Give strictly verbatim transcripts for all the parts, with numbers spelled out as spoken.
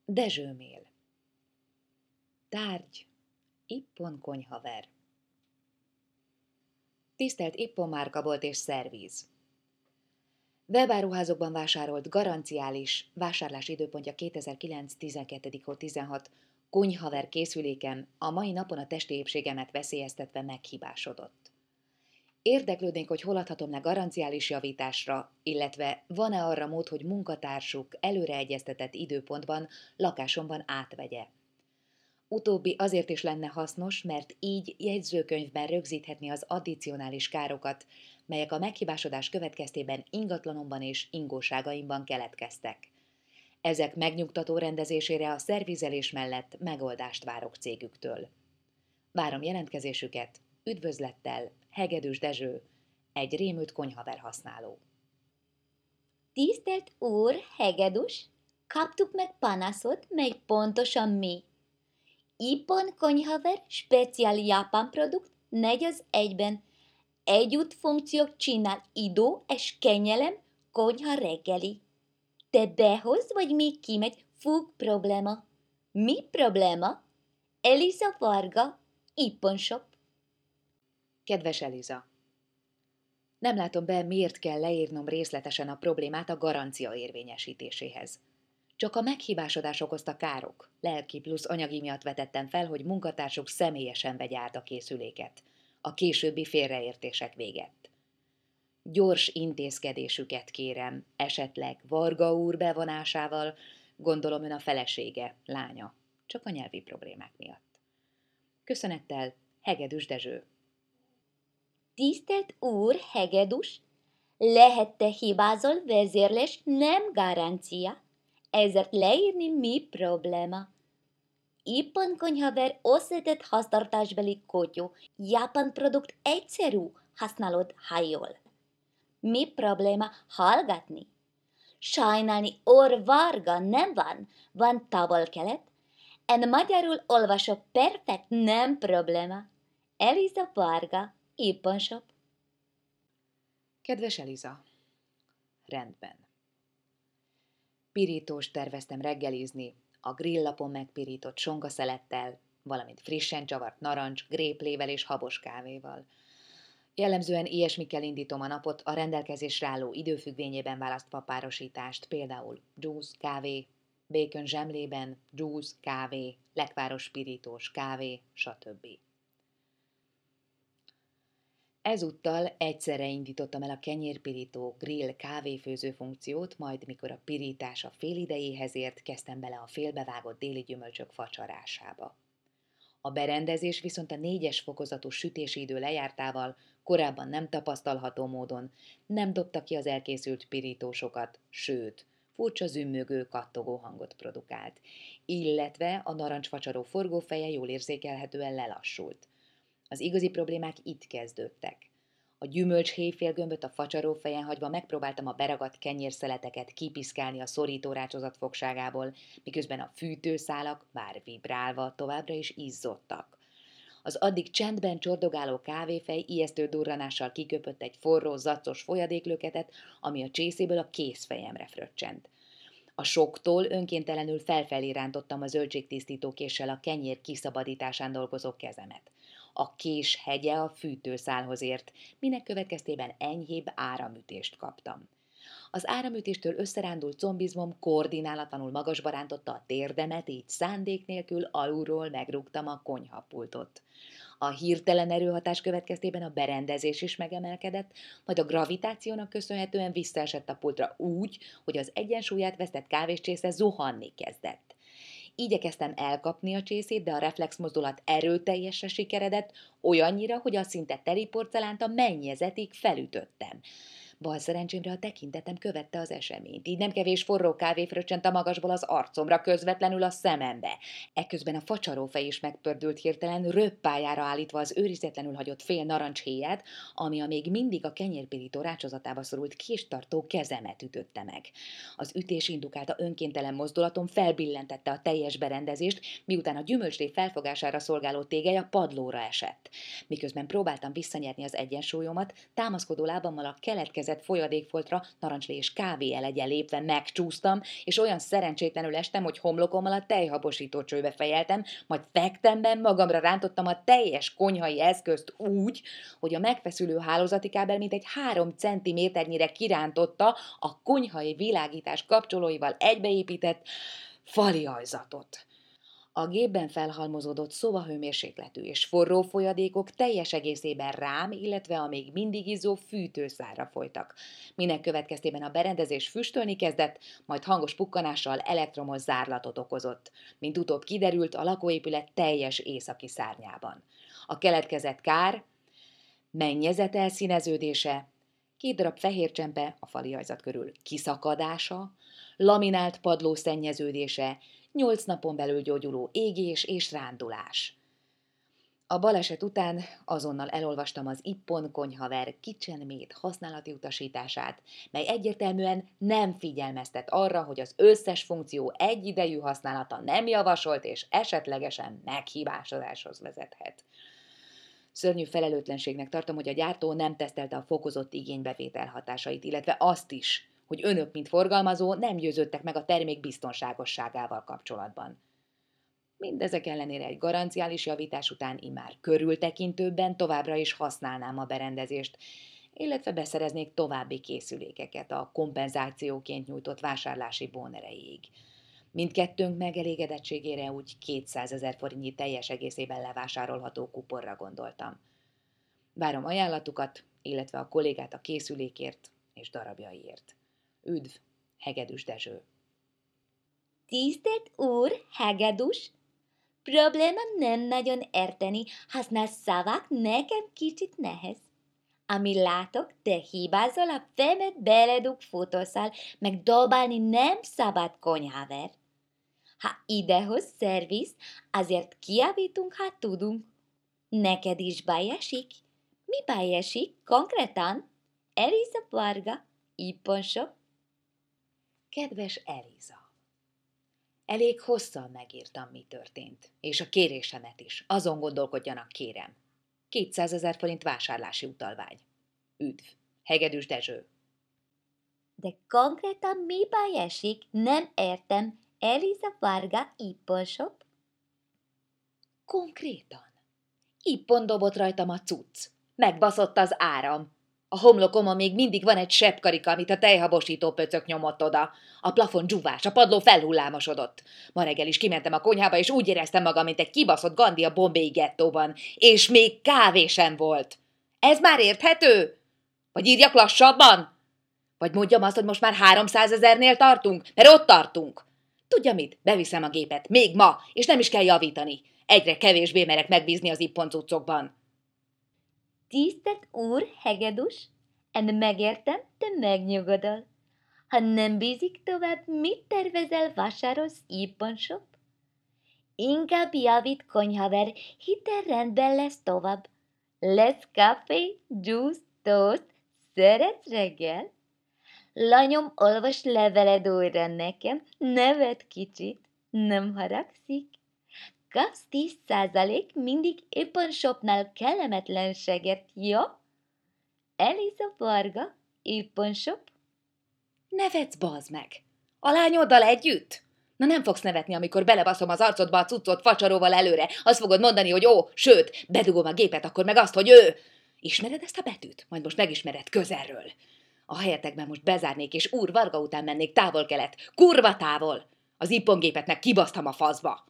Dezsőmél. Tárgy: Ippon konyhaver. Tisztelt Ippon márkabolt és szervíz! Webáruházokban vásárolt garanciális vásárlási időpontja kétezer-kilenc. tizenkettő. tizenhat konyhaver készülékem a mai napon a testi épségemet veszélyeztetve meghibásodott. Érdeklődnék, hogy hol adhatom le garanciális javításra, illetve van-e arra mód, hogy munkatársuk előre egyeztetett időpontban lakásomban átvegye. Utóbbi azért is lenne hasznos, mert így jegyzőkönyvben rögzíthetni az addicionális károkat, melyek a meghibásodás következtében ingatlanomban és ingóságaimban keletkeztek. Ezek megnyugtató rendezésére a szervizelés mellett megoldást várok cégüktől. Várom jelentkezésüket, üdvözlettel, Hegedűs Dezső, egy rémült konyhaver használó. Tisztelt úr, Hegedűs, kaptuk meg panaszot, mely pontosan mi. Ippon konyhaver, speciál japán produkt, negy az egyben. Együtt funkciók csinál idő és kenyelem, konyha reggeli. Te behoz, vagy még kimegy, fog probléma. Mi probléma? Eliza Varga, Ippon Shop. Kedves Eliza! Nem látom be, miért kell leírnom részletesen a problémát a garancia érvényesítéséhez. Csak a meghibásodás okozta károk, lelki plusz anyagi miatt vetettem fel, hogy munkatársuk személyesen vegye át a készüléket. A későbbi félreértések végett. Gyors intézkedésüket kérem, esetleg Varga úr bevonásával, gondolom ön a felesége, lánya, csak a nyelvi problémák miatt. Köszönettel, Hegedűs Dezső. Tisztelt úr, Hegedűs, lehet te hibázol, vezérlés nem garancia, ezért leírni mi probléma. Ippon konyhaver összetett háztartásbeli kotyó, japán produkt egyszerű, használod, ha jól. Mi probléma hallgatni? Sajnálni Orr Varga nem van, van távol-kelet. En magyarul olvasok perfekt, nem probléma. Eliza Varga, Ippon Shop. Kedves Eliza! Rendben. Pirítóst terveztem reggelizni, a grilllapon megpirított songaszelettel, valamint frissen csavart narancs, gréplével és habos kávéval. Jellemzően ilyesmikkel indítom a napot, a rendelkezésre álló időfüggvényében választva párosítást, például juice, kávé, bacon zsemlében, juice, kávé, lekváros pirítós, kávé, stb. Ezúttal egyszerre indítottam el a kenyérpirító grill kávéfőző funkciót, majd mikor a pirítás a fél idejéhez ért, kezdtem bele a félbevágott déli gyümölcsök facsarásába. A berendezés viszont a négyes fokozatú sütési idő lejártával, korábban nem tapasztalható módon nem dobta ki az elkészült pirítósokat, sőt, furcsa zümmögő, kattogó hangot produkált, illetve a narancsfacsaró forgófeje jól érzékelhetően lelassult. Az igazi problémák itt kezdődtek. A gyümölcs héjfélgömböt a facsarófejen hagyva megpróbáltam a beragadt kenyérszeleteket kipiszkálni a szorítórácsozat fogságából, miközben a fűtőszálak, bár vibrálva, továbbra is izzottak. Az addig csendben csordogáló kávéfej ijesztő durranással kiköpött egy forró, zaccos folyadéklöketet, ami a csészéből a kézfejemre fröccsent. A soktól önkéntelenül felfelé rántottam a zöldségtisztító késsel a kenyér kiszabadításán dolgozó kezemet. A kés hegye a fűtőszálhoz ért, minek következtében enyhébb áramütést kaptam. Az áramütéstől összerándult combizmom koordinálatlanul magasba rántotta a térdemet, így szándék nélkül alulról megrúgtam a konyhapultot. A hirtelen erőhatás következtében a berendezés is megemelkedett, majd a gravitációnak köszönhetően visszaesett a pultra úgy, hogy az egyensúlyát vesztett kávéscsésze zuhanni kezdett. Igyekeztem elkapni a csészét, de a reflexmozdulat erőteljesre sikeredett, olyannyira, hogy a szinte teli porcelánt a mennyezetig felütöttem. Bal szerencsémre a tekintetem követte az eseményt, így nem kevés forró kávé fröccsent a magasból az arcomra, közvetlenül a szemembe. Ekközben a facsarófej is megpördült hirtelen, röppályára állítva az őrizetlenül hagyott fél narancshéját, ami a még mindig a kenyérpirító rácsozatába szorult késtartó kezemet ütötte meg. Az ütés indukálta önkéntelen mozdulatom felbillentette a teljes berendezést, miután a gyümölcslé felfogására szolgáló tégely a padlóra esett. Miközben próbáltam visszanyerni az egyensúlyomat, támaszkodó lábammal a keletkező érkezett folyadékfoltra narancslé és kávé elegyen lépve megcsúsztam, és olyan szerencsétlenül estem, hogy homlokommal a tejhabosító csőbe fejeltem, majd fektemben magamra rántottam a teljes konyhai eszközt úgy, hogy a megfeszülő hálózati kábel mintegy három centiméternyire kirántotta a konyhai világítás kapcsolóival egybeépített fali ajzatot. A gépben felhalmozódott szobahőmérsékletű és forró folyadékok teljes egészében rám, illetve a még mindig izzó fűtőszárra folytak, minek következtében a berendezés füstölni kezdett, majd hangos pukkanással elektromos zárlatot okozott, mint utóbb kiderült a lakóépület teljes északi szárnyában. A keletkezett kár, mennyezet elszíneződése, két darab fehér csempe a fali ajzat körül kiszakadása, laminált padló szennyeződése, nyolc napon belül gyógyuló égés és rándulás. A baleset után azonnal elolvastam az Ippon Konyhaver KitchenMaid használati utasítását, mely egyértelműen nem figyelmeztet arra, hogy az összes funkció egyidejű használata nem javasolt és esetlegesen meghibásodáshoz vezethet. Szörnyű felelőtlenségnek tartom, hogy a gyártó nem tesztelte a fokozott igénybevétel hatásait, illetve azt is, hogy önök, mint forgalmazó, nem győződtek meg a termék biztonságosságával kapcsolatban. Mindezek ellenére egy garanciális javítás után immár körültekintőbben továbbra is használnám a berendezést, illetve beszereznék további készülékeket a kompenzációként nyújtott vásárlási bon erejéig. Mindkettőnk megelégedettségére úgy kétszázezer forintnyi teljes egészében levásárolható kuporra gondoltam. Várom ajánlatukat, illetve a kollégát a készülékért és darabjaiért. Üdv, Hegedűs Dezső. Tisztelt úr, Hegedűs! Probléma nem nagyon érteni, használ szavak nekem kicsit nehéz. Ami látok, te hibázol, a femet beledug futószál, meg dobálni nem szabad, konyhaver. Ha idehoz szerviz, azért kijavítunk, ha tudunk. Neked is baj esik? Mi baj esik konkrétan? Eliza Varga, Ippon Shop. Kedves Eliza, elég hosszan megírtam, mi történt, és a kérésemet is. Azon gondolkodjanak, kérem. kétszázezer forint vásárlási utalvány. Üdv, Hegedűs Dezső. De konkrétan mi baj esik? Nem értem. Eliza Varga, Ippon Shop. Konkrétan. Ippon dobott rajtam a cucc. Megbaszott az áram. A homlokomon még mindig van egy seppkarika, amit a tejhabosító pöcök nyomott oda. A plafon dzsúvás, a padló felhullámosodott. Ma reggel is kimentem a konyhába, és úgy éreztem magam, mint egy kibaszott Gandhi a bombéi gettóban. És még kávé sem volt. Ez már érthető? Vagy írjak lassabban? Vagy mondjam azt, hogy most már háromszázezernél tartunk? Mert ott tartunk. Tudja mit? Beviszem a gépet. Még ma, és nem is kell javítani. Egyre kevésbé merek megbízni az Ippon cuccokban. Tisztelt úr, Hegedűs, én megértem, te megnyugodol. Ha nem bízik tovább, mit tervezel, vásárolsz Ippon Shop? Inkább javít, konyhaver, hitel rendben lesz tovább. Lesz kávé, juice, toast, szeretsz reggel? Lányom, olvas leveled újra nekem, nevet kicsit, nem haragszik. Kapsz tíz százalék mindig Ippon Shopnál kellemetlenséget, jó? Eliza Varga, Ippon Shop. Nevetsz, bazd meg! A lányoddal együtt? Na nem fogsz nevetni, amikor belebaszom az arcodba a cuccot facsaróval előre. Azt fogod mondani, hogy ó, sőt, bedugom a gépet, akkor meg azt, hogy ő. Ismered ezt a betűt? Majd most megismered közelről. A helyetekben most bezárnék, és úr Varga után mennék távol-kelet. Kurva távol! Az Ippon gépet meg kibasztam a faszba.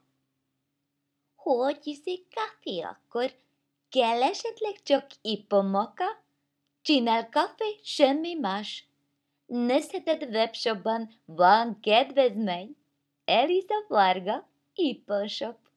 Hogy iszik kávé akkor? Kell esetleg csak Ippon moka? Csinál kávé, semmi más. Nézheted webshopban, van kedvezmény. Eliza Varga, Ippon Shop.